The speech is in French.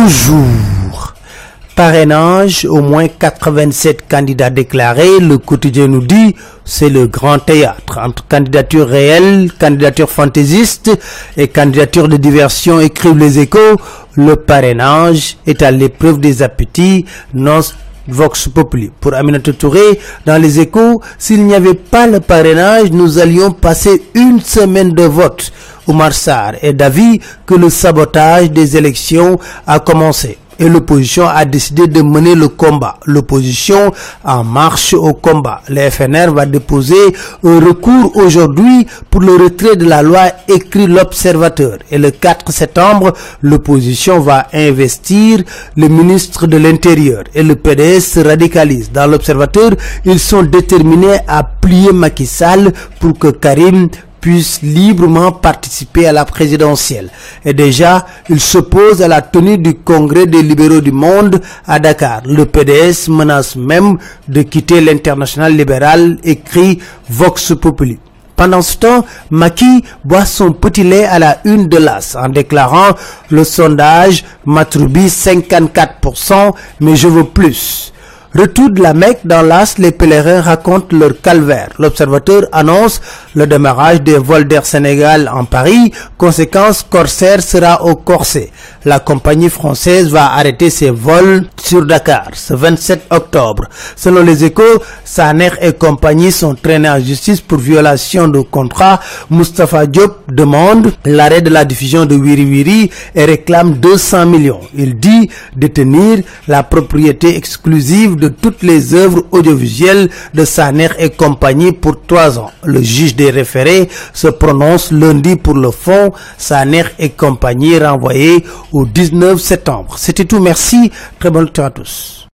Bonjour. Parrainage, au moins 87 candidats déclarés. Le quotidien nous dit c'est le grand théâtre. Entre candidature réelle, candidature fantaisiste et candidature de diversion, écrivent les Échos, le parrainage est à l'épreuve des appétits. Non Vox Populi. Pour Aminata Touré, dans les Échos, s'il n'y avait pas le parrainage, nous allions passer une semaine de vote. Oumar Sarr est d'avis que le sabotage des élections a commencé. Et l'opposition a décidé de mener le combat. L'opposition en marche au combat. Le FNR va déposer un recours aujourd'hui pour le retrait de la loi, écrit l'Observateur. Et le 4 septembre, l'opposition va investir le ministre de l'Intérieur. Et le PDS se radicalise. Dans l'Observateur, ils sont déterminés à plier Macky Sall pour que Karim puisse librement participer à la présidentielle. Et déjà, il s'oppose à la tenue du congrès des libéraux du monde à Dakar. Le PDS menace même de quitter l'international libéral, écrit Vox Populi. Pendant ce temps, Macky boit son petit lait à la une de l'As en déclarant le sondage m'attribue 54%, mais je veux plus. Retour de la Mecque, dans l'As, les pèlerins racontent leur calvaire. L'Observateur annonce le démarrage des vols d'Air Sénégal en Paris. Conséquence, Corsair sera au corset. La compagnie française va arrêter ses vols sur Dakar ce 27 octobre. Selon les Échos, Saner et compagnie sont traînés en justice pour violation de contrat. Moustapha Diop demande l'arrêt de la diffusion de Wiri Wiri et réclame 200 millions. Il dit détenir la propriété exclusive de toutes les œuvres audiovisuelles de Saner et compagnie pour 3 ans. Le juge des référés se prononce lundi pour le fond. Saner et compagnie renvoyés au 19 septembre. C'était tout. Merci. Très bonne lecture à tous.